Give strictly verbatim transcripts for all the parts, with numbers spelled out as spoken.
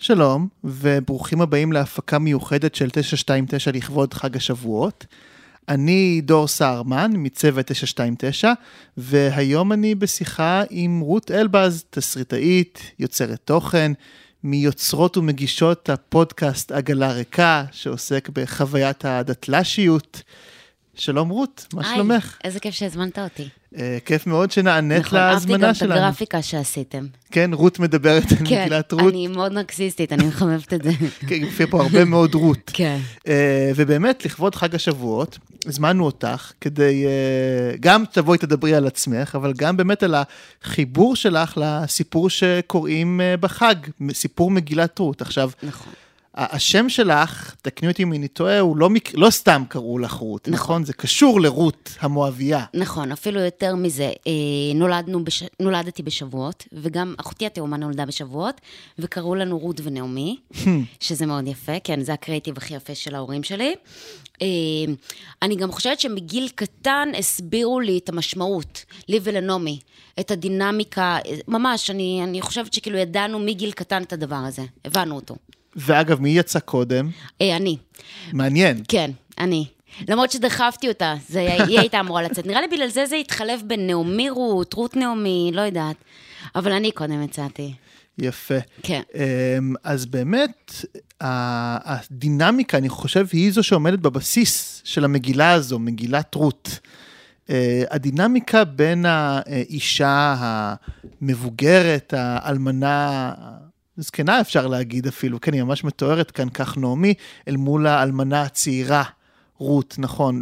שלום, וברוכים הבאים להפקה מיוחדת של תשע שתיים תשע לכבוד חג השבועות. אני דור סהרמן, מצוות תשע שתיים תשע, והיום אני בשיחה עם רות אלבז, תסריטאית, יוצרת תוכן, מיוצרות ומגישות הפודקאסט עגלה ריקה, שעוסק בחוויית הדתל"שיות. שלום רות, מה היי, שלומך? איזה כיף שהזמנת אותי. Uh, כיף מאוד שנענית נכון, להזמנה אהבתי גם שלנו. את הגרפיקה שעשיתם. כן, רות מדברת על כן, מגילת רות. אני מאוד נרקסיסטית, אני מחמבת את זה. כן, יופיע פה הרבה מאוד רות. כן. Uh, ובאמת, לכבוד חג השבועות, הזמנו אותך כדי, uh, גם תבואי תדברי על עצמך, אבל גם באמת על החיבור שלך לסיפור שקוראים uh, בחג, סיפור מגילת רות. עכשיו, נכון. השם שלך, תקני אותי אם אני טועה, הוא לא, מק... לא סתם קראו לך רות, נכון. נכון? זה קשור לרות המואביה. נכון, אפילו יותר מזה, נולדנו בש... נולדתי בשבועות, וגם אחותי התאומה נולדה בשבועות, וקראו לנו רות ונעמי, שזה מאוד יפה, כן, זה הקריאיטיב הכי יפה של ההורים שלי. אני גם חושבת שמגיל קטן הסבירו לי את המשמעות, לי ולנעמי, את הדינמיקה, ממש, אני, אני חושבת שכאילו ידענו מגיל קטן את הדבר הזה, הבנו אותו. ואגב, מי יצא קודם? אה, אני. מעניין. כן, אני. למרות שדחפתי אותה, זה, היא הייתה אמורה לצאת. נראה לי בגלל זה זה התחלף בין נעמי רות, רות נעמי, לא יודעת. אבל אני קודם הצעתי. יפה. כן. אז באמת, הדינמיקה, אני חושב, היא זו שעומדת בבסיס של המגילה הזו, מגילת רות. הדינמיקה בין האישה המבוגרת, האלמנה, זקנה אפשר להגיד אפילו, כן, היא ממש מתוארת כאן כך נעמי, אל מול האלמנה הצעירה, רות, נכון,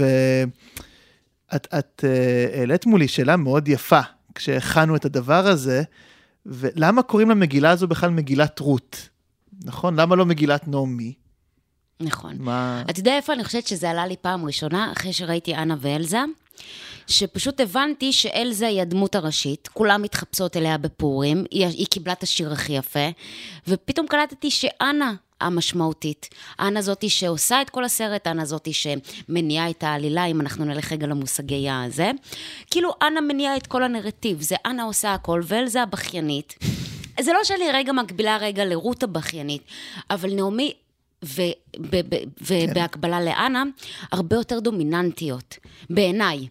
ואת את העלית מולי שאלה מאוד יפה, כשהכנו את הדבר הזה, ולמה קוראים למגילה הזו בכלל מגילת רות? נכון? למה לא מגילת נעמי? נכון. מה... אתה יודע איפה אני חושבת שזה עלה לי פעם ראשונה, אחרי שראיתי אנה ואלזה, שפשוט הבנתי שאלזה היא הדמות הראשית, כולם מתחפשות אליה בפורים, היא, היא קיבלה את השיר הכי יפה, ופתאום קלטתי שאנה המשמעותית, אנה זאתי שעושה את כל הסרט, אנה זאתי שמניעה את העלילה, אם אנחנו נלך רגע למושגי הזה, כאילו אנה מניעה את כל הנרטיב, זה אנה עושה הכל, ואלזה הבכיינית, זה לא שאני רגע מקבילה רגע לרות הבכיינית, אבל נעמי, ובהקבלה לאנה, הרבה יותר דומיננטיות, בעיניי.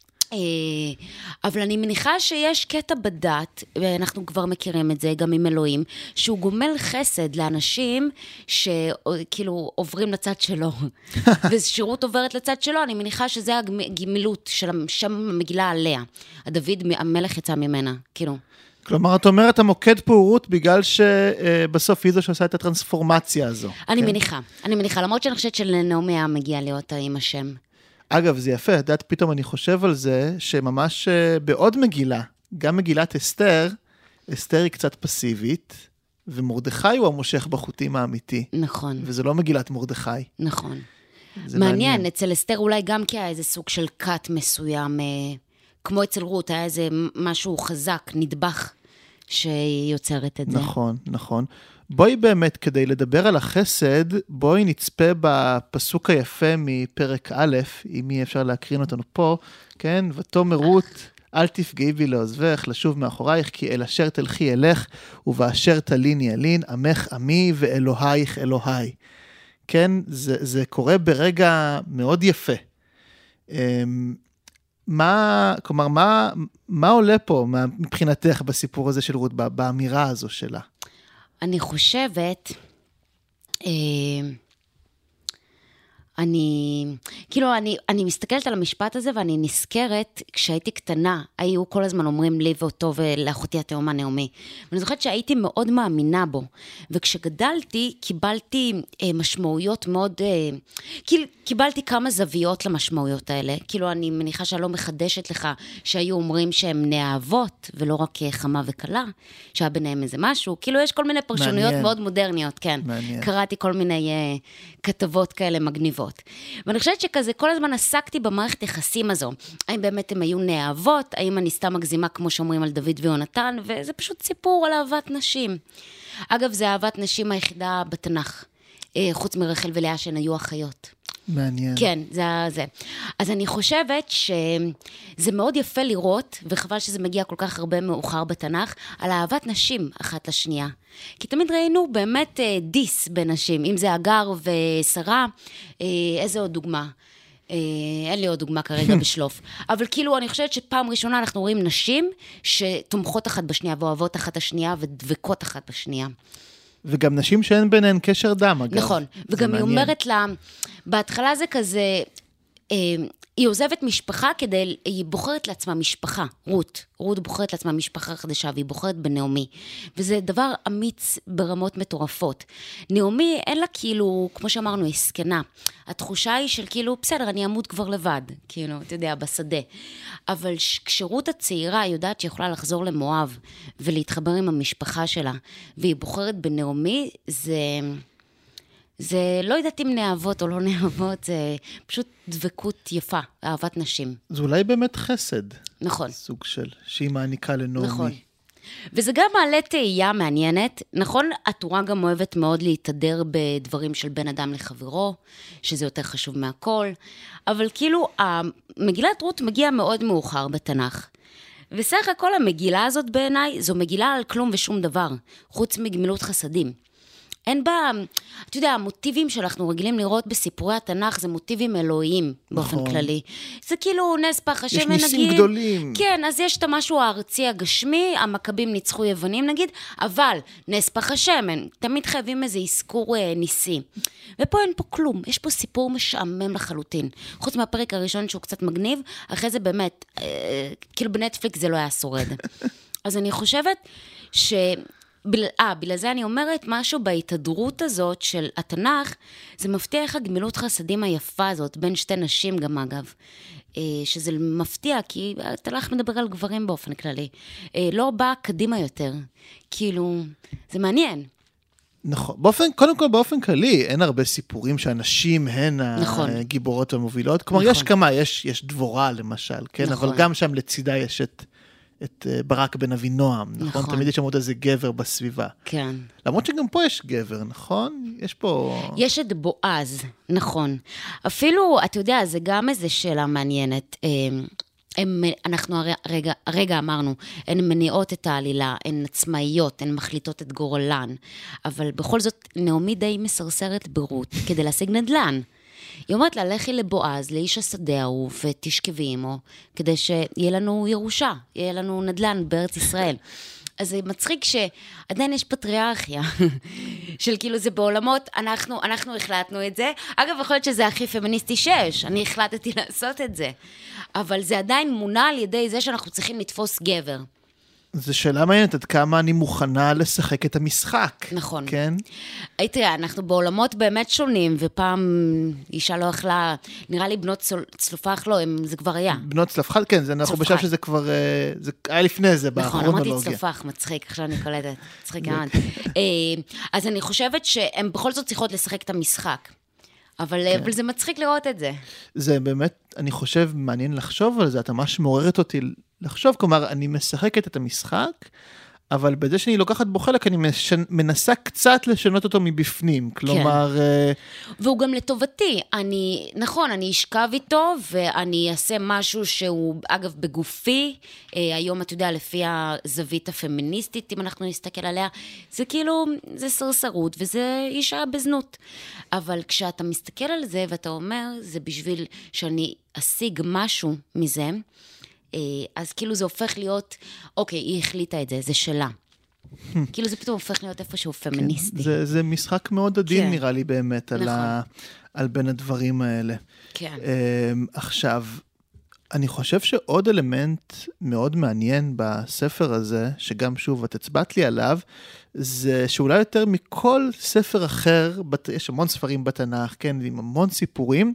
אבל אני מניחה שיש קטע בדת, ואנחנו כבר מכירים את זה גם עם אלוהים, שהוא גומל חסד לאנשים שכאילו עוברים לצד שלו, ושירות עוברת לצד שלו, אני מניחה שזה הגמילות של שם המגילה עליה. הדוד המלך יצא ממנה, כאילו. כלומר, את אומרת, המוקד פה הוא רות, בגלל שבסוף היא זו שעושה את הטרנספורמציה הזו. אני מניחה, אני מניחה, למרות שאני חושבת שלנעמי היה מגיע להיות עם השם. אגב, זה יפה, יודעת, פתאום אני חושב על זה, שממש בעוד מגילה, גם מגילת אסתר, אסתר היא קצת פסיבית, ומרדכי הוא המושך בחוטים האמיתי. נכון. וזה לא מגילת מרדכי. נכון. זה מעניין, מעניין. אצל אסתר אולי גם כי היה איזה סוג של קאט מסוים, כמו אצל רות, היה איזה משהו חזק, נדבך, שהיא יוצרת את זה. נכון, נכון. בואי באמת, כדי לדבר על החסד, בואי נצפה בפסוק היפה מפרק א', אם יהיה אפשר להקרין אותנו פה, כן? ותאמר רות, אל תפגעי בי לעוזבך, לשוב מאחורייך, כי אל אשר תלכי אלך, ובאשר תליני אלין, עמך עמי ואלוהייך אלוהי. כן? זה, זה קורה ברגע מאוד יפה. מה, כלומר, מה, מה עולה פה מבחינתך בסיפור הזה של רות, באמירה הזו שלה? אני חושבת, אה, אני, כאילו, אני, אני מסתכלת על המשפט הזה, ואני נזכרת, כשהייתי קטנה, היו כל הזמן אומרים לי ואותו ולאחותי התאומה נעמי. ואני זוכרת שהייתי מאוד מאמינה בו. וכשגדלתי, קיבלתי אה, משמעויות מאוד, אה, כאילו, קיבלתי כמה זוויות למשמעויות האלה. כאילו, אני מניחה שאני לא מחדשת לך, שהיו אומרים שהם נאהבות, ולא רק חמה וקלה, שהיה ביניהם איזה משהו. כאילו, יש כל מיני פרשנויות מעניין. מאוד מודרניות, כן. מעניין. קראתי כל מיני אה, כתבות כאלה מגניבות. ואני חושבת שכזה כל הזמן עסקתי במערכת יחסים הזו. האם באמת הם היו נאהבות? האם אני סתם מגזימה כמו שאומרים על דוד ויונתן? וזה פשוט סיפור על אהבת נשים. אגב, זה אהבת נשים היחידה בתנ"ך, חוץ מרחל ולאה שהן היו אחיות. מעניין. כן, זה זה. אז אני חושבת שזה מאוד יפה לראות, וחבל שזה מגיע כל כך הרבה מאוחר בתנ"ך, על אהבת נשים אחת לשנייה. כי תמיד ראינו באמת דיס בנשים, אם זה אגר ושרה, איזה עוד דוגמה? אין לי עוד דוגמה כרגע בשלוף. אבל כאילו, אני חושבת שפעם ראשונה אנחנו רואים נשים שתומכות אחת בשנייה, ואוהבות אחת השנייה, ודבקות אחת בשנייה. וגם נשים שאין ביניהן קשר דם, אגב. נכון, וגם היא אומרת לה, בהתחלה זה כזה, היא עוזבת משפחה כדי, היא בוחרת לעצמה משפחה, רות, רות בוחרת לעצמה משפחה חדשה, והיא בוחרת בנעמי, וזה דבר אמיץ ברמות מטורפות. נעמי אין לה כאילו, כמו שאמרנו, היא סקנה, התחושה היא של כאילו, בסדר, אני אמות כבר לבד, כאילו, אתה יודע, בשדה, אבל כשרות הצעירה יודעת שיכולה לחזור למואב, ולהתחבר עם המשפחה שלה, והיא בוחרת בנעמי, זה... זה לא יודעת אם נאהבות או לא נאהבות, זה פשוט דבקות יפה, אהבת נשים. זה אולי באמת חסד. נכון. סוג של, שהיא מעניקה לנעמי. נכון. וזה גם מעלה תהייה מעניינת. נכון, התורה גם אוהבת מאוד להתהדר בדברים של בן אדם לחברו, שזה יותר חשוב מהכל, אבל כאילו, המגילת רות מגיעה מאוד מאוחר בתנ"ך. וסך הכל המגילה הזאת בעיניי, זו מגילה על כלום ושום דבר, חוץ מגמילות חסדים. אין בה, אתה יודע, המוטיבים שאנחנו רגילים לראות בסיפורי התנ"ך, זה מוטיבים אלוהיים באופן נכון. כללי. זה כאילו נס פח השם, יש ניסים נגיד, גדולים. כן, אז יש את המשהו הארצי הגשמי, המכבים ניצחו יוונים נגיד, אבל נס פח השמן, תמיד חייבים איזה עסקור ניסי. ופה אין פה כלום, יש פה סיפור משעמם לחלוטין. חוץ מהפרק הראשון שהוא קצת מגניב, אחרי זה באמת, אה, כאילו בנטפליקס זה לא היה שורד. אז אני חושבת ש... אה, בגלל זה אני אומרת, משהו בהתהדרות הזאת של התנ"ך, זה מפתיע איך הגמילות חסדים היפה הזאת, בין שתי נשים גם אגב, שזה מפתיע, כי התנ"ך מדבר על גברים באופן כללי, לא בא קדימה יותר, כאילו, זה מעניין. נכון, באופן, קודם כל באופן כללי, אין הרבה סיפורים שאנשים הן נכון. הגיבורות המובילות, כלומר נכון. יש כמה, יש, יש דבורה למשל, כן, נכון. אבל גם שם לצידה יש את... את ברק בן אבינועם, נכון? נכון? תמיד יש אמרות איזה גבר בסביבה. כן. למרות שגם פה יש גבר, נכון? יש פה... יש את בועז, נכון. אפילו, אתה יודע, זה גם איזו שאלה מעניינת. הם, אנחנו הרגע, הרגע אמרנו, הן מניעות את העלילה, הן עצמאיות, הן מחליטות את גורלן, אבל בכל זאת, נעמי די מסרסרת ברות כדי להשיג נדל"ן. היא אומרת לה, לכי לבועז, לאיש השדה ההוא, ותשכבי עמו, כדי שיהיה לנו ירושה, יהיה לנו נדל"ן בארץ ישראל. אז זה מצחיק שעדיין יש פטריארכיה, של כאילו זה בעולמות, אנחנו, אנחנו החלטנו את זה. אגב, יכול להיות שזה הכי פמיניסטי שיש, אני החלטתי לעשות את זה. אבל זה עדיין מונע על ידי זה שאנחנו צריכים לתפוס גבר. זו שאלה מעניינת, עד כמה אני מוכנה לשחק את המשחק. נכון. כן? תראה, אנחנו בעולמות באמת שונים, ופעם אישה לא אכלה, נראה לי בנות צלופח לא, זה כבר היה. בנות צלופח, כן, זה, אנחנו בשלב שזה כבר, זה היה לפני זה, בכרונולוגיה. נכון, אמרתי צלופח, מצחיק, עכשיו אני קולטת, מצחיק מאוד. אז אני חושבת שהן בכל זאת צריכות לשחק את המשחק. אבל, כן. אבל זה מצחיק לראות את זה. זה באמת, אני חושב, מעניין לחשוב על זה, אתה ממש מעוררת אותי לחשוב, כלומר, אני משחקת את המשחק, אבל בזה שאני לוקחת בו חלק, אני מנסה קצת לשנות אותו מבפנים, כלומר... כן. והוא גם לטובתי, אני, נכון, אני אשכב איתו, ואני אעשה משהו שהוא, אגב, בגופי, היום, אתה יודע, לפי הזווית הפמיניסטית, אם אנחנו נסתכל עליה, זה כאילו, זה סרסרות, וזה אישה בזנות. אבל כשאתה מסתכל על זה, ואתה אומר, זה בשביל שאני אשיג משהו מזה, אז כאילו זה הופך להיות, אוקיי, היא החליטה את זה, זה שלה. כאילו זה פתאום הופך להיות איפשהו פמיניסטי. זה, זה משחק מאוד עדין נראה לי באמת, על, ה, על בין הדברים האלה. כן. עכשיו, אני חושב שעוד אלמנט מאוד מעניין בספר הזה, שגם שוב את הצבעת לי עליו, זה שאולי יותר מכל ספר אחר, יש המון ספרים בתנ"ך, כן, עם המון סיפורים,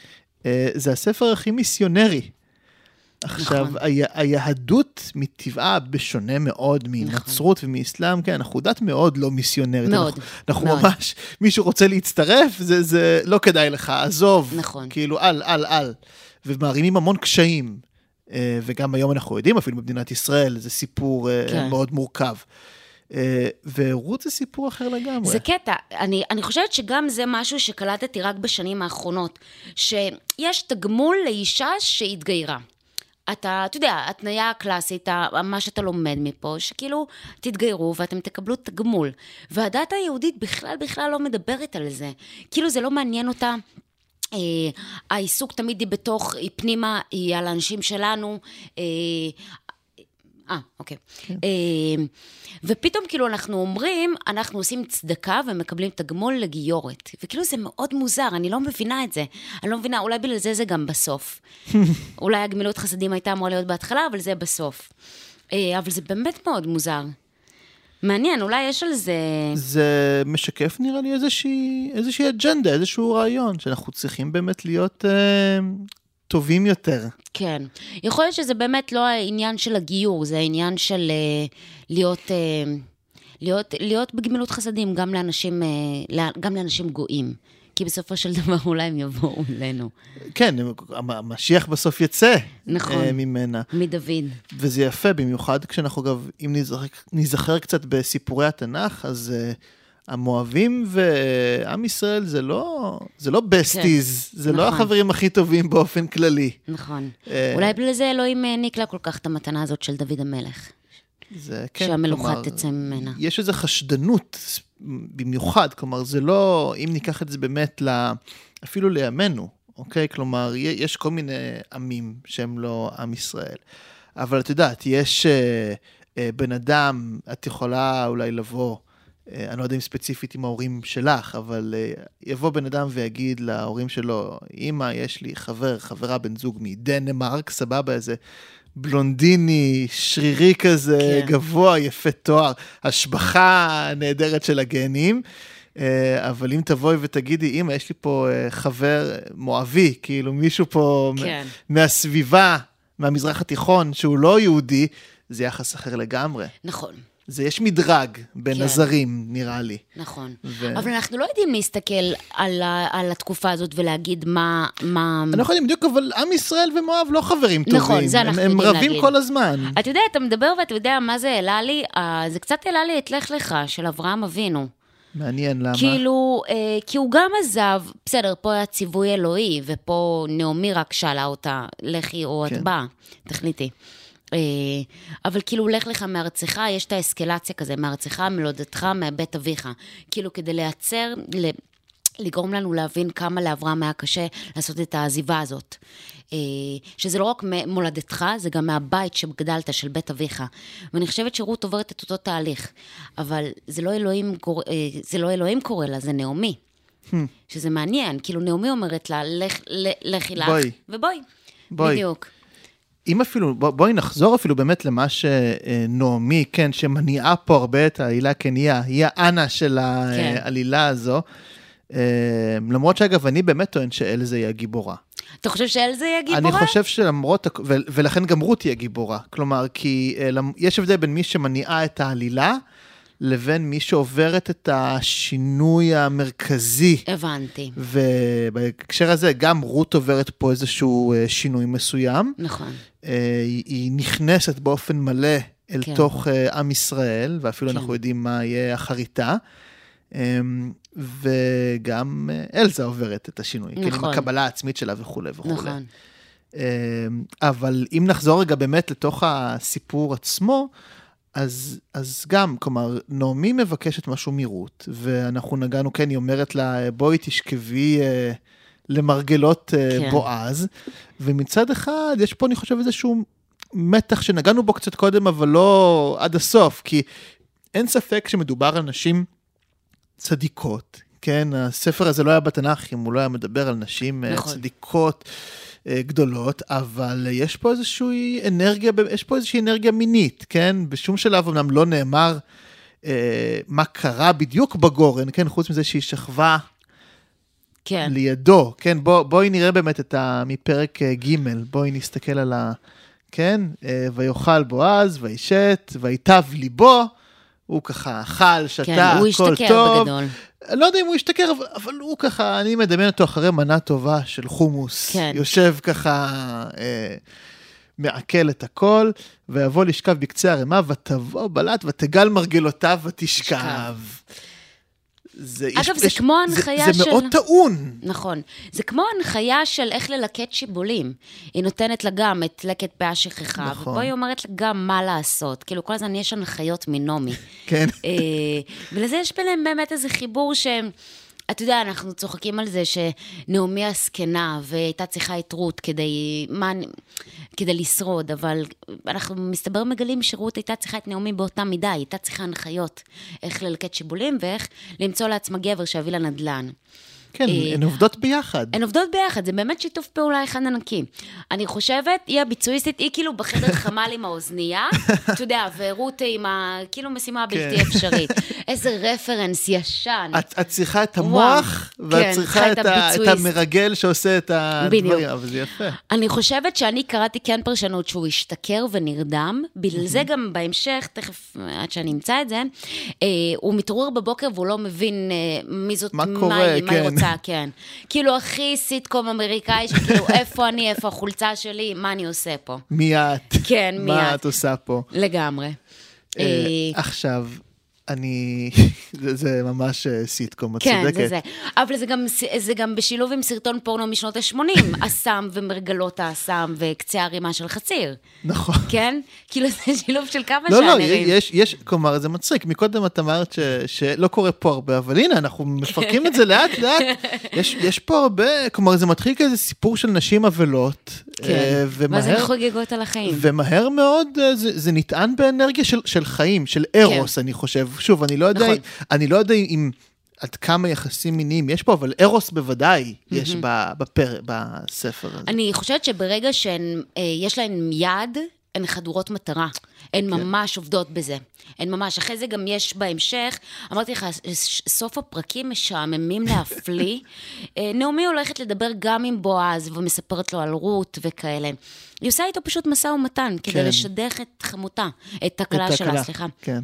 זה הספר הכי מיסיונרי. עכשיו, נכון. היהדות מטבעה בשונה מאוד מנצרות נכון. ומאסלאם, כן, אנחנו דת מאוד לא מיסיונרית. מאוד, אנחנו, אנחנו מאוד. ממש, מישהו רוצה להצטרף, זה, זה לא כדאי לך, עזוב. נכון. כאילו, על, על, על. ומערימים המון קשיים. וגם היום אנחנו יודעים, אפילו במדינת ישראל, זה סיפור כן. מאוד מורכב. ורות זה סיפור אחר לגמרי. זה קטע, אני, אני חושבת שגם זה משהו שקלטתי רק בשנים האחרונות, שיש תגמול לאישה שהתגיירה. אתה, אתה יודע, התניה הקלאסית, מה שאתה לומד מפה, שכאילו תתגיירו ואתם תקבלו תגמול. והדת היהודית בכלל בכלל לא מדברת על זה. כאילו זה לא מעניין אותה. אה, העיסוק תמיד היא בתוך, היא פנימה, היא על האנשים שלנו. אה, אה אוקיי. כן. אה, ופתאום כאילו אנחנו אומרים, אנחנו עושים צדקה ומקבלים תגמול לגיורת. וכאילו זה מאוד מוזר, אני לא מבינה את זה. אני לא מבינה, אולי בגלל זה זה גם בסוף. אולי הגמילות חסדים הייתה אמורה להיות בהתחלה, אבל זה בסוף. אבל זה באמת מאוד מוזר. מעניין, אולי יש על זה... זה משקף נראה לי איזושהי, איזושהי אג'נדה, איזשהו רעיון, שאנחנו צריכים באמת להיות אה, טובים יותר. כן. יכול להיות שזה באמת לא העניין של הגיור, זה העניין של אה, להיות, אה, להיות, להיות בגמילות חסדים גם לאנשים, אה, גם לאנשים גויים. כי בסופו של דבר אולי הם יבואו אלינו. כן, המשיח בסוף יצא נכון, ממנה. מדוד. וזה יפה, במיוחד כשאנחנו גם, אם נזכר, נזכר קצת בסיפורי התנ"ך, אז uh, המואבים ועם ישראל זה לא, זה לא בסטיז, כן, זה נכון. לא החברים הכי טובים באופן כללי. נכון. Uh, אולי בגלל זה אלוהים העניק לה כל כך את המתנה הזאת של דוד המלך. זה כן, שהמלוכה כלומר, תצא ממנה. יש איזו חשדנות במיוחד, כלומר, זה לא, אם ניקח את זה באמת לה, אפילו לימינו, אוקיי? כלומר, יש כל מיני עמים שהם לא עם ישראל. אבל את יודעת, יש אה, אה, בן אדם, את יכולה אולי לבוא, אה, אני לא יודע אם ספציפית עם ההורים שלך, אבל אה, יבוא בן אדם ויגיד להורים שלו, אמא, יש לי חבר, חברה בן זוג מדנמרק, סבבה איזה, בלונדיני, שרירי כזה, כן. גבוה, יפה תואר, השבחה נהדרת של הגנים, אבל אם תבואי ותגידי, אמא, יש לי פה חבר מואבי, כאילו מישהו פה כן. מהסביבה, מהמזרח התיכון, שהוא לא יהודי, זה יחס אחר לגמרי. נכון. זה יש מדרג בין כן. הזרים, נראה לי. נכון. ו... אבל אנחנו לא יודעים להסתכל על, ה... על התקופה הזאת ולהגיד מה... מה... אנחנו יודעים בדיוק, אבל עם ישראל ומואב לא חברים טובים. נכון, זה אנחנו הם, יודעים הם להגיד. רבים כל הזמן. אתה יודע, אתה מדבר ואתה יודע מה זה העלה לי, זה קצת העלה לי את לך לך, של אברהם אבינו. מעניין, למה? כאילו, אה, כי הוא גם עזב, בסדר, פה היה ציווי אלוהי, ופה נעמי רק שאלה אותה, לכי או כן. את באה, תחליטי. אבל כאילו הולך לך מארצך, יש את האסקלציה כזה, מארצך, מלודתך, מבית אביך. כאילו כדי לייצר, לגרום לנו להבין כמה לאברהם היה קשה לעשות את העזיבה הזאת. שזה לא רק מולדתך, זה גם מהבית שגדלת של בית אביך. ואני חושבת שרות עוברת את אותו תהליך. אבל זה לא אלוהים, זה לא אלוהים קורא לה, זה נעמי. שזה מעניין. כאילו נעמי אומרת לה, לכי לך, ובואי. בדיוק. אם אפילו, בואי נחזור אפילו באמת למה שנעמי, כן, שמניעה פה הרבה את העלילה, כן, היא האנה של העלילה הזו, למרות שאגב, אני באמת טוען שאלזה היא הגיבורה. אתה חושב שאלזה היא הגיבורה? אני חושב שלמרות, ולכן גם רות היא הגיבורה, כלומר, כי יש הבדל בין מי שמניעה את העלילה, לבין מי שעוברת את השינוי המרכזי. הבנתי. ובהקשר הזה, גם רות עוברת פה איזשהו שינוי מסוים. נכון. היא נכנסת באופן מלא אל כן. תוך עם ישראל, ואפילו כן. אנחנו יודעים מה יהיה אחריתה. וגם אלזה עוברת את השינוי. נכון. כאילו עם הקבלה העצמית שלה וכו' וכו'. נכון. אבל אם נחזור רגע באמת לתוך הסיפור עצמו, אז, אז גם, כלומר, נעמי מבקשת משהו מרות, ואנחנו נגענו, כן, היא אומרת לה, בואי תשכבי אה, למרגלות אה, כן. בועז, ומצד אחד, יש פה, אני חושב, איזשהו מתח שנגענו בו קצת קודם, אבל לא עד הסוף, כי אין ספק שמדובר על נשים צדיקות, כן, הספר הזה לא היה בתנ"ך, אם הוא לא היה מדבר על נשים נכון. צדיקות, גדולות, אבל יש פה איזושהי אנרגיה, יש פה איזושהי אנרגיה מינית, כן? בשום שלב אמנם לא נאמר אה, מה קרה בדיוק בגורן, כן? חוץ מזה שהיא שכבה כן. לידו, כן? בוא, בואי נראה באמת את ה... מפרק ג' בואי נסתכל על ה... כן? אה, ויאכל בועז, וישת, ויטב ליבו, הוא ככה אכל, שתה, כן, הכל טוב. הוא השתכר בגדול. לא יודע אם הוא ישתכר, אבל, אבל הוא ככה, אני מדמיין אותו אחרי מנה טובה של חומוס. כן. יושב ככה, אה, מעכל את הכל, ויבוא לשכב בקצה הרמה, ותבוא בלט, ותגל מרגלותיו, ותשכב. זה, אגב, יש, זה יש, כמו הנחיה זה, של... זה מאוד טעון. נכון. זה כמו הנחיה של איך ללקט שיבולים. היא נותנת לה גם את לקט פאה שכחה, נכון. ופה היא אומרת לה גם מה לעשות. כאילו, כל הזמן יש הנחיות מנומי. כן. ולזה יש ביניהם באמת איזה חיבור ש... אתה יודע, אנחנו צוחקים על זה שנעמי הסקנה, והייתה צריכה את רות כדי, מה, כדי לשרוד, אבל אנחנו מסתבר מגלים שרות הייתה צריכה את נעמי באותה מידה, היא הייתה צריכה הנחיות, איך ללקט שיבולים, ואיך למצוא לעצמה גבר שהביא לה נדל"ן. כן, הן עובדות ביחד. הן עובדות ביחד, זה באמת שיתוף פעולה אחד ענקי. אני חושבת, היא הביצועיסטית, היא כאילו בחדר חמל עם האוזנייה, אתה יודע, ורות עם ה... כאילו משימה בלתי אפשרית. איזה רפרנס ישן. את צריכה את המוח, ואת צריכה את המרגל שעושה את הדברים, אבל זה יפה. אני חושבת שאני קראתי כן פרשנות שהוא השתכר ונרדם, בגלל זה גם בהמשך, תכף עד שאני אמצא את זה, הוא מתעורר בבוקר והוא לא מבין מי זאת, מה היא רוצה. כן. כאילו הכי סיטקום אמריקאי, שכאילו איפה אני, איפה החולצה שלי, מה אני עושה פה. מי את? כן, מי את. מה את עושה פה? לגמרי. עכשיו, אני, זה ממש סיטקום, את כן, צודקת. זה זה. אבל זה גם, זה גם בשילוב עם סרטון פורנו משנות ה-שמונים, אסם ומרגלות האסם וקצה הרימה של חציר. נכון. כן? כאילו זה שילוב של כמה לא, שאנרים. לא, יש, יש, כלומר, זה מצחיק. מקודם את אמרת ש, שלא קורה פה הרבה, אבל הנה, אנחנו מפרקים את זה לאט לאט. יש, יש פה הרבה, כלומר, זה מתחיל כאיזה סיפור של נשים אבלות. כן. ומהר, מה זה חוגגות על החיים? ומהר מאוד זה, זה נטען באנרגיה של, של חיים, של ארוס, כן. אני חושב. שוב, אני לא יודע, נכון. אני לא יודע אם עד כמה יחסים מיניים יש פה, אבל ארוס בוודאי יש בפר, בספר הזה. אני חושבת שברגע שיש להן יד, הן חדורות מטרה. הן ממש עובדות בזה. הן ממש, אחרי זה גם יש בהמשך, אמרתי לך, סוף הפרקים משעממים להפליא. נעמי הולכת לדבר גם עם בועז, ומספרת לו על רות וכאלה. היא עושה איתו פשוט מסע ומתן, כדי לשדך את חמותה, את הקלה שלה, סליחה. כן.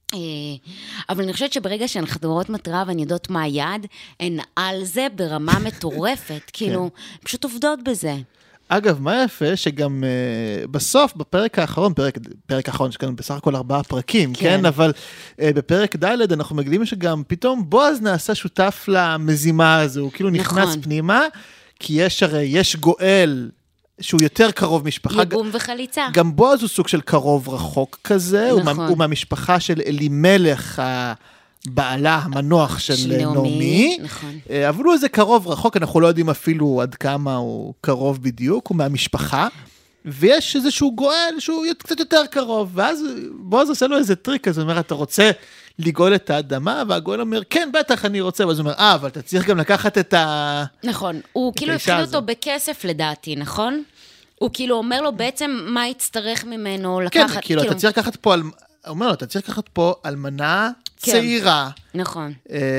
אבל אני חושבת שברגע שהן חדורות מטרה ואני יודעות מה היעד, הן על זה ברמה מטורפת, כאילו, פשוט עובדות בזה. אגב, מה יפה שגם uh, בסוף, בפרק האחרון, פרק, פרק האחרון שכאן בסך הכל ארבעה פרקים, כן, כן? אבל uh, בפרק ד' אנחנו מגלים שגם פתאום בועז נעשה שותף למזימה הזו, הוא כאילו נכנס נכון. פנימה, כי יש הרי, יש גואל, שהוא יותר קרוב משפחה. יבום וחליצה. גם בועז הוא סוג של קרוב רחוק כזה, נכון. הוא, מה, הוא מהמשפחה של אלימלך ה... בעלה המנוח של, של נעמי, נכון. אבל הוא איזה קרוב רחוק, אנחנו לא יודעים אפילו עד כמה הוא קרוב בדיוק, הוא מהמשפחה, ויש איזשהו גואל שהוא קצת יותר קרוב, ואז בועז עושה לו איזה טריק, אז הוא אומר, אתה רוצה לגאול את האדמה, והגואל אומר, כן, בטח אני רוצה, ואז הוא אומר, אה, אבל אתה צריך גם לקחת את ה... נכון, הוא כאילו הפחיד אותו בכסף לדעתי, נכון? הוא כאילו אומר לו בעצם מה יצטרך ממנו לקחת... כן, כאילו, אתה צריך לקחת פה על... הוא אומר לו, אתה צריך לקחת פה אלמנה צעירה. נכון.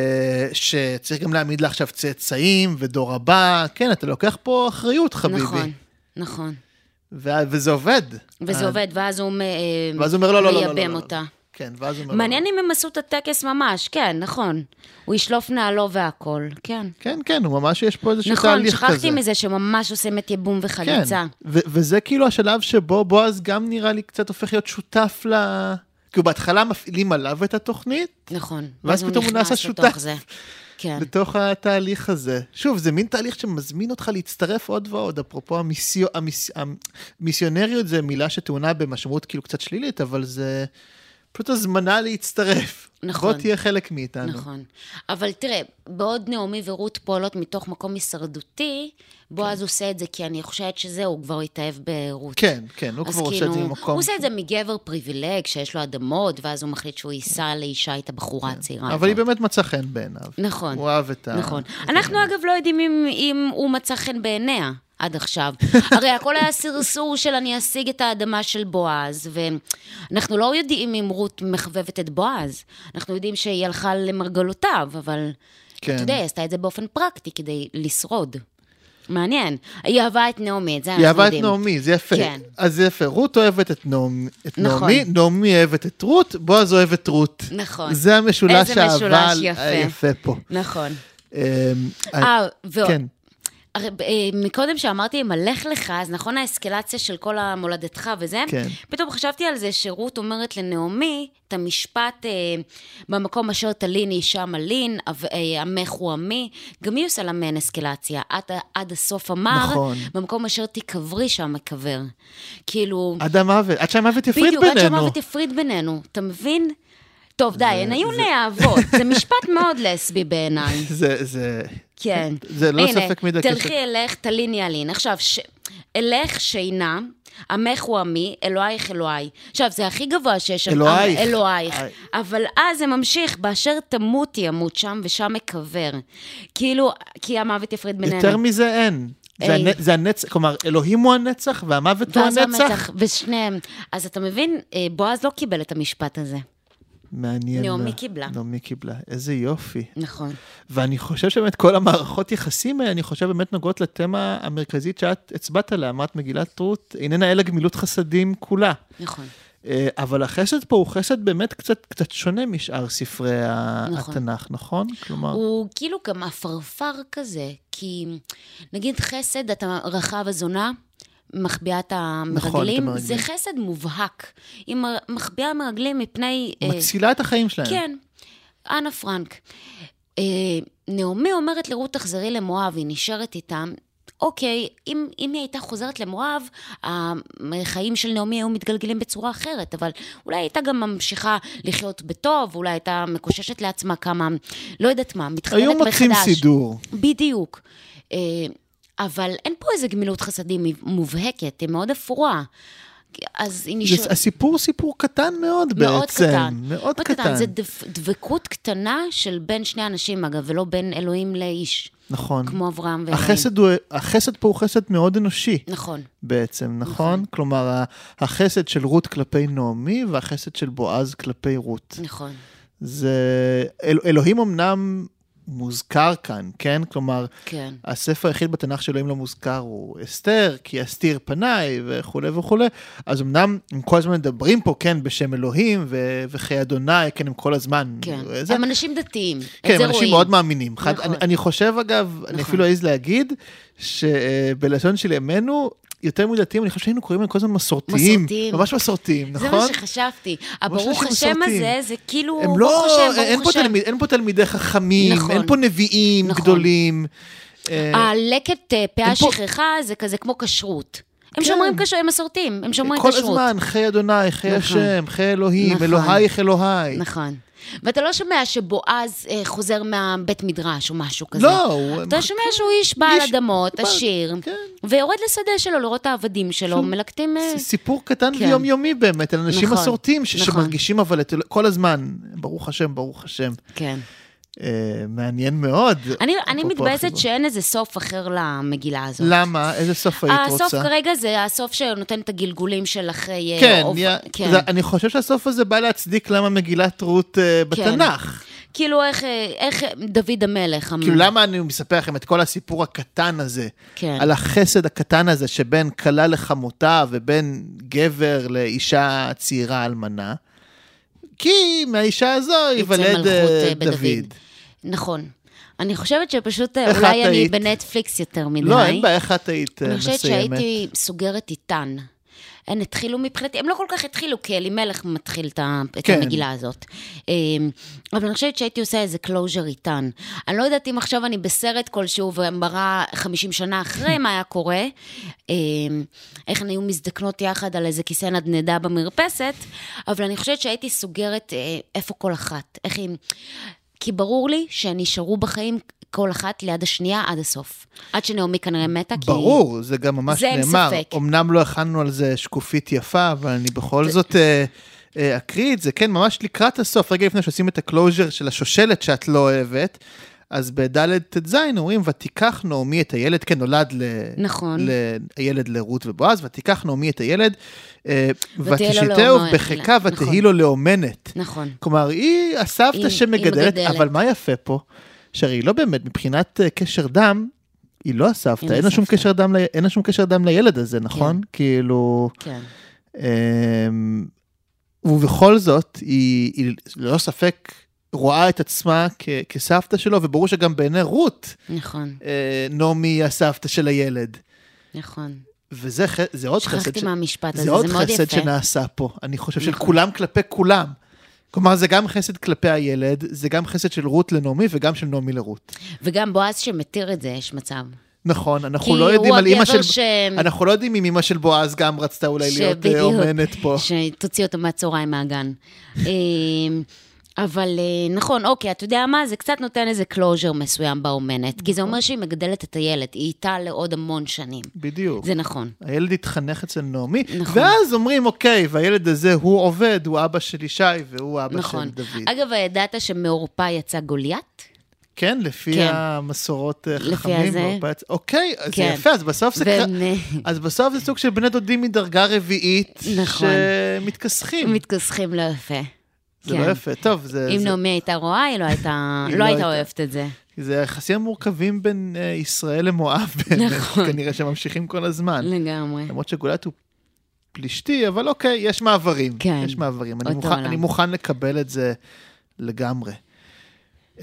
שצריך גם להעמיד לה עכשיו צאצאים ודור הבא. כן, אתה לוקח פה אחריות, חביבי. נכון, נכון. וזה עובד. וזה עובד, ואז הוא מייבם אותה. כן, ואז הוא אומר... מעניין אם הם עשו את הטקס ממש, כן, נכון. הוא ישלוף נעלו והכל, כן. כן, כן, הוא ממש יש פה איזשהו תהליך כזה. נכון, שכחתי מזה שממש עושים את יבום וחליצה. כן, וזה כאילו השלב שבו בועז גם נראה לי קצת הופך להיות שותף ל... כי הוא בהתחלה מפעילים עליו את התוכנית. נכון. ואז פתאום הוא נעשה שותף. כן. בתוך התהליך הזה. שוב, זה מין תהליך שמזמין אותך להצטרף עוד ועוד, אפרופו המיסיו, המיס, המיסיונריות זה מילה שטעונה במשמעות כאילו קצת שלילית, אבל זה פשוט הזמנה להצטרף. נכון. בוא תהיה חלק מאיתנו. נכון. אבל תראה, בעוד נעמי ורות פועלות מתוך מקום הישרדותי, בועז עושה את זה כי אני חושבת שזהו, הוא כבר התאהב ברות. כן, כן, הוא כבר עושה את זה ממקום. הוא עושה את זה מגבר פריבילג, שיש לו אדמות, ואז הוא מחליט שהוא ייסע לאישה את הבחורה הצעירה. אבל היא באמת מצא חן בעיניו. נכון. הוא אהב את ה... נכון. אנחנו אגב לא יודעים אם הוא מצא חן בעיניה. עד עכשיו. הרי הכל היה סרסור של אני אשיג את האדמה של בועז, ואנחנו לא יודעים אם רות מחבבת את בועז. אנחנו יודעים שהיא הלכה למרגלותיו, אבל כן. אתה יודע, היא עשתה את זה באופן פרקטי כדי לשרוד. מעניין. היא אהבה את נעמי, את זה אנחנו יודעים. היא אהבה את נעמי, זה יפה. כן. אז זה יפה. רות אוהבת את נעמי, את נכון. נעמי, נעמי אוהבת את רות, בועז אוהב את רות. נכון. זה המשולש האהבה היפה פה. נכון. אה, ועוד. כן. הרי, מקודם שאמרתי, אם הלך לך, אז נכון האסקלציה של כל המולדתך וזה, כן. פתאום חשבתי על זה שרות אומרת לנעמי, את המשפט, אה, במקום אשר תליני שם אלין, אה, עמך הוא עמי, גם היא עושה למן אסקלציה, עד, עד הסוף אמר, נכון. במקום אשר תקברי שם מקבר. כאילו... עד המוות, עד שהמוות יפריד בינינו. בדיוק, עד שהמוות יפריד בינינו, אתה מבין? טוב, די, הן היו נאהבות, זה משפט מאוד לסבי בעיניי. זה, זה... כן. זה לא ספק מידה קשר. תלכי אלך, תליני אלין. עכשיו, ש... אלך שינה, עמך הוא עמי, אלוהיך אלוהי. עכשיו, זה הכי גבוה שיש... אלוהיך. אלוהיך. אבל אז זה ממשיך, באשר תמותי ימות שם, ושם מקבר. כאילו, כי המוות יפריד בינינו. יותר מזה אין. זה, הנ... זה הנצח, כלומר, אלוהים הוא הנצח, והמוות הוא הנצח. ושניהם. אז אתה מבין, בועז לא קיבל את המשפט הזה. מעניין. נעמי קיבלה. נעמי קיבלה. איזה יופי. נכון. ואני חושב שבאמת כל המערכות יחסים, אני חושב באמת נוגעות לתמה המרכזית שאת הצבעת עליה, אמרת מגילת רות, איננה אלא גמילות חסדים כולה. נכון. אבל החסד פה הוא חסד באמת קצת, קצת שונה משאר ספרי נכון. התנ"ך, נכון? כלומר... הוא כאילו גם אפרפר כזה, כי נגיד חסד, אתה רחב הזונה, מחביאת המרגלים, נכון, זה חסד מובהק. היא מחביאה המרגלים מפני... מצילה את החיים שלהם. כן, אנה פרנק. נעמי אומרת לרות תחזרי למואב, היא נשארת איתם, אוקיי, אם, אם היא הייתה חוזרת למואב, החיים של נעמי היו מתגלגלים בצורה אחרת, אבל אולי הייתה גם ממשיכה לחיות בטוב, אולי הייתה מקוששת לעצמה כמה, לא יודעת מה, מתחתנת מחדש. היו מוצאים סידור. בדיוק. אבל אין פה איזה גמילות חסדים מובהקת, היא מאוד אפורה. אז היא נשאר... הסיפור סיפור קטן מאוד, מאוד בעצם. קטן. מאוד קטן. קטן. זה דבקות קטנה של בין שני אנשים, אגב, ולא בין אלוהים לאיש. נכון. כמו אברהם ואלוהים. החסד, הוא, החסד פה הוא חסד מאוד אנושי. נכון. בעצם, נכון? נכון. כלומר, החסד של רות כלפי נעמי, והחסד של בועז כלפי רות. נכון. זה... אל, אלוהים אמנם... מוזכר כאן, כן? כלומר, כן. הספר היחיד בתנ"ך שאלוהים לא מוזכר הוא אסתר, כי אסתיר פניי וכו' וכו'. אז אמנם הם כל הזמן מדברים פה, כן, בשם אלוהים ו- וחיי אדוני, כן, הם כל הזמן. כן, זה... הם אנשים דתיים. כן, הם אנשים רואים. מאוד מאמינים. נכון. אני, אני חושב, אגב, נכון. אני אפילו אעז להגיד, שבלשון של ימינו, יותר מדתיים, אני חושב שהיינו קוראים להם כל הזמן מסורתיים. מסורתיים. ממש מסורתיים, נכון? זה מה שחשבתי. הברוך השם הזה, זה כאילו... הם לא, אין פה, תלמיד, אין פה תלמידי חכמים, נכון. אין פה נביאים נכון. גדולים. הלקט פאה שכחה זה כזה כמו כשרות. הם כן. שומרים כשרות, הם מסורתיים, הם שומרים כל כשרות. כל הזמן, חי אדוני, חי נכון. השם, חי אלוהים, נכון. אלוהיך אלוהי. נכון. ואתה לא שומע שבועז אה, חוזר מהבית מדרש או משהו כזה. לא. אתה שומע שהוא איש בעל אדמות, עשיר, כן. ויורד לשדה שלו לראות העבדים שלו, מלקטים... סיפור קטן כן. ויומיומי באמת, על אנשים נכון, מסורתיים ש- נכון. שמרגישים אבל את, כל הזמן, ברוך השם, ברוך השם. כן. Uh, מעניין מאוד. אני, אני מתבאסת שאין איזה סוף אחר למגילה הזאת. למה? איזה סוף היית רוצה? הסוף כרגע זה הסוף שנותן את הגלגולים של אחרי... כן, אוף... יא... כן. זה, אני חושב שהסוף הזה בא להצדיק למה מגילת רות uh, בתנ"ך. כן. כאילו איך, איך דוד המלך... כאילו למה אני מספר לכם את כל הסיפור הקטן הזה, כן. על החסד הקטן הזה שבין כלה לחמותה ובין גבר לאישה צעירה אלמנה, כי מהאישה הזו ייוולד דוד. נכון. אני חושבת שפשוט אולי אני בנטפליקס יותר מדי. לא, אין בה, איך את היית מסיימת? אני חושבת שהייתי סוגרת איתן. הן התחילו מבחינתי, הם לא כל כך התחילו, כי אלימלך מתחיל את המגילה הזאת. אבל אני חושבת שהייתי עושה איזה קלוז'ר איתן. אני לא יודעת אם עכשיו אני בסרט כלשהו, ומראה חמישים שנה אחרי מה היה קורה, איך הן היו מזדקנות יחד על איזה כיסא נדנדה במרפסת, אבל אני חושבת שהייתי סוגרת איפה כל אחת. איך היא... כי ברור לי שהן נשארו בחיים כל אחת ליד השנייה עד הסוף. עד שנעמי כנראה מתה. ברור, כי... זה גם ממש זה נאמר. אמנם לא הכנו על זה שקופית יפה, אבל אני בכל זה... זאת אה, אה, אקריא את זה, כן, ממש לקראת הסוף, רגע לפני שעושים את הקלוז'ר של השושלת שאת לא אוהבת, אז בד' ט"ז אומרים, ותיקח נעמי את הילד, כן, נולד ל... נכון. ל... הילד לרות ובועז, ותיקח נעמי את הילד, ותשיתהו בחיקה ותהי לו לאומנת. נכון. כלומר, היא הסבתא שמגדלת, אבל מה יפה פה? שהרי לא באמת, מבחינת קשר דם, היא לא הסבתא, אין לה שום קשר דם, אין לה שום קשר דם לילד הזה, נכון? כאילו... כן. ובכל זאת, היא לא ספק רואה את עצמה כ- כסבתא שלו, וברור שגם בעיני רות, נכון, אה, נעמי היא הסבתא של הילד. נכון. וזה ח- זה עוד חסד, שכחתי ש- מהמשפט הזה, זה עוד זה מאוד חסד יפה. שנעשה פה. אני חושב של נכון. כולם כלפי כולם. כלומר, זה גם חסד כלפי הילד, זה גם חסד של רות לנעמי, וגם של נעמי לרות. וגם בועז שמתיר את זה, יש מצב. נכון, אנחנו כי לא יודעים הוא על אמא של... הגבר ש... אנחנו לא יודעים אם אמא של בועז גם רצתה אולי להיות אה, שבדיוק, אומנת פה. שתוציא אותו מהצהריים מהגן. אמ, אבל אה, נכון, אוקיי, אתה יודע מה? זה קצת נותן איזה קלוז'ר מסוים באומנת, כי זה אומר שהיא מגדלת את הילד, היא איתה לעוד המון שנים. בדיוק. זה נכון. הילד התחנך אצל נעמי, נכון. ואז אומרים, אוקיי, והילד הזה הוא עובד, הוא אבא של ישי, והוא אבא נכון. של דוד. אגב, ידעת שמעורפה יצא גוליית? כן, לפי כן. המסורות אה, לפי חכמים. הזה. מעורפה יצא- אוקיי, אז זה כן. יפה, אז בסוף זה... קר- והם אז בסוף זה סוג של בני דודים מדרגה רביעית, נכון. שמתכסחים. מתכסחים לא יפה. זה כן. לא יפה, טוב, זה... אם זה- נעמי הייתה רואה, היא לא הייתה היא לא לא הייתה הייתה. אוהבת את זה. זה היחסים המורכבים בין אה, ישראל למואב, באמת, נכון. כנראה שממשיכים כל הזמן. לגמרי. למרות שגוליית הוא פלישתי, אבל אוקיי, יש מעברים. כן. יש מעברים. אני אותו מוכן, עולם. אני מוכן לקבל את זה לגמרי. אמ,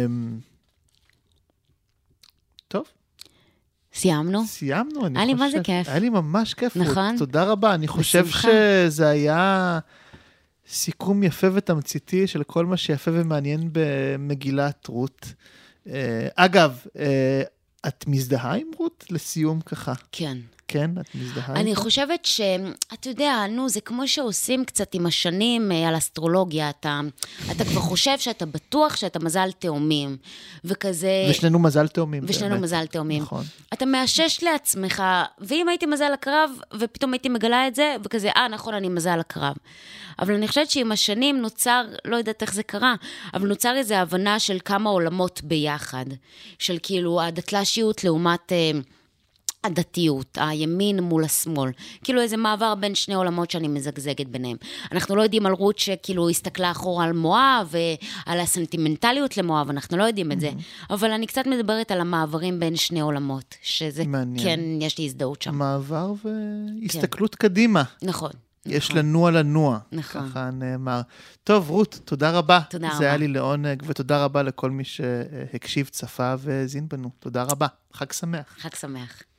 טוב, סיימנו? סיימנו, אני היה לי חושב. מה זה כיף. היה לי ממש כיף. נכון? רות. תודה רבה. אני חושב בשמחה. שזה היה סיכום יפה ותמציתי של כל מה שיפה ומעניין במגילת רות. אה, אגב, אה, את מזדהה עם רות לסיום ככה? כן. כן, את מזדהה? אני חושבת ש... אתה יודע, נו, זה כמו שעושים קצת עם השנים אה, על אסטרולוגיה. אתה, אתה כבר חושב שאתה בטוח שאתה מזל תאומים, וכזה... ושנינו מזל תאומים. ושנינו באמת. מזל תאומים. נכון. אתה מאשש לעצמך, ואם הייתי מזל הקרב, ופתאום הייתי מגלה את זה, וכזה, אה, נכון, אני מזל הקרב. אבל אני חושבת שעם השנים נוצר, לא יודעת איך זה קרה, אבל נוצר איזו הבנה של כמה עולמות ביחד, של כאילו הדתל"שיות לעומת... אה, הדתיות, הימין מול השמאל, כאילו איזה מעבר בין שני עולמות שאני מזגזגת ביניהם. אנחנו לא יודעים על רות שכאילו הסתכלה אחורה על מואב, ועל הסנטימנטליות למואב, אנחנו לא יודעים את זה, אבל אני קצת מדברת על המעברים בין שני עולמות, שזה מעניין. כן, יש לי הזדהות שם. מעבר והסתכלות קדימה. נכון. יש נכון. לנוע לנוע, נכון. ככה נאמר. טוב, רות, תודה רבה. תודה זה רבה. היה לי לעונג, ותודה רבה לכל מי שהקשיב, צפה והזין בנו. תודה רבה. חג שמח. חג שמח.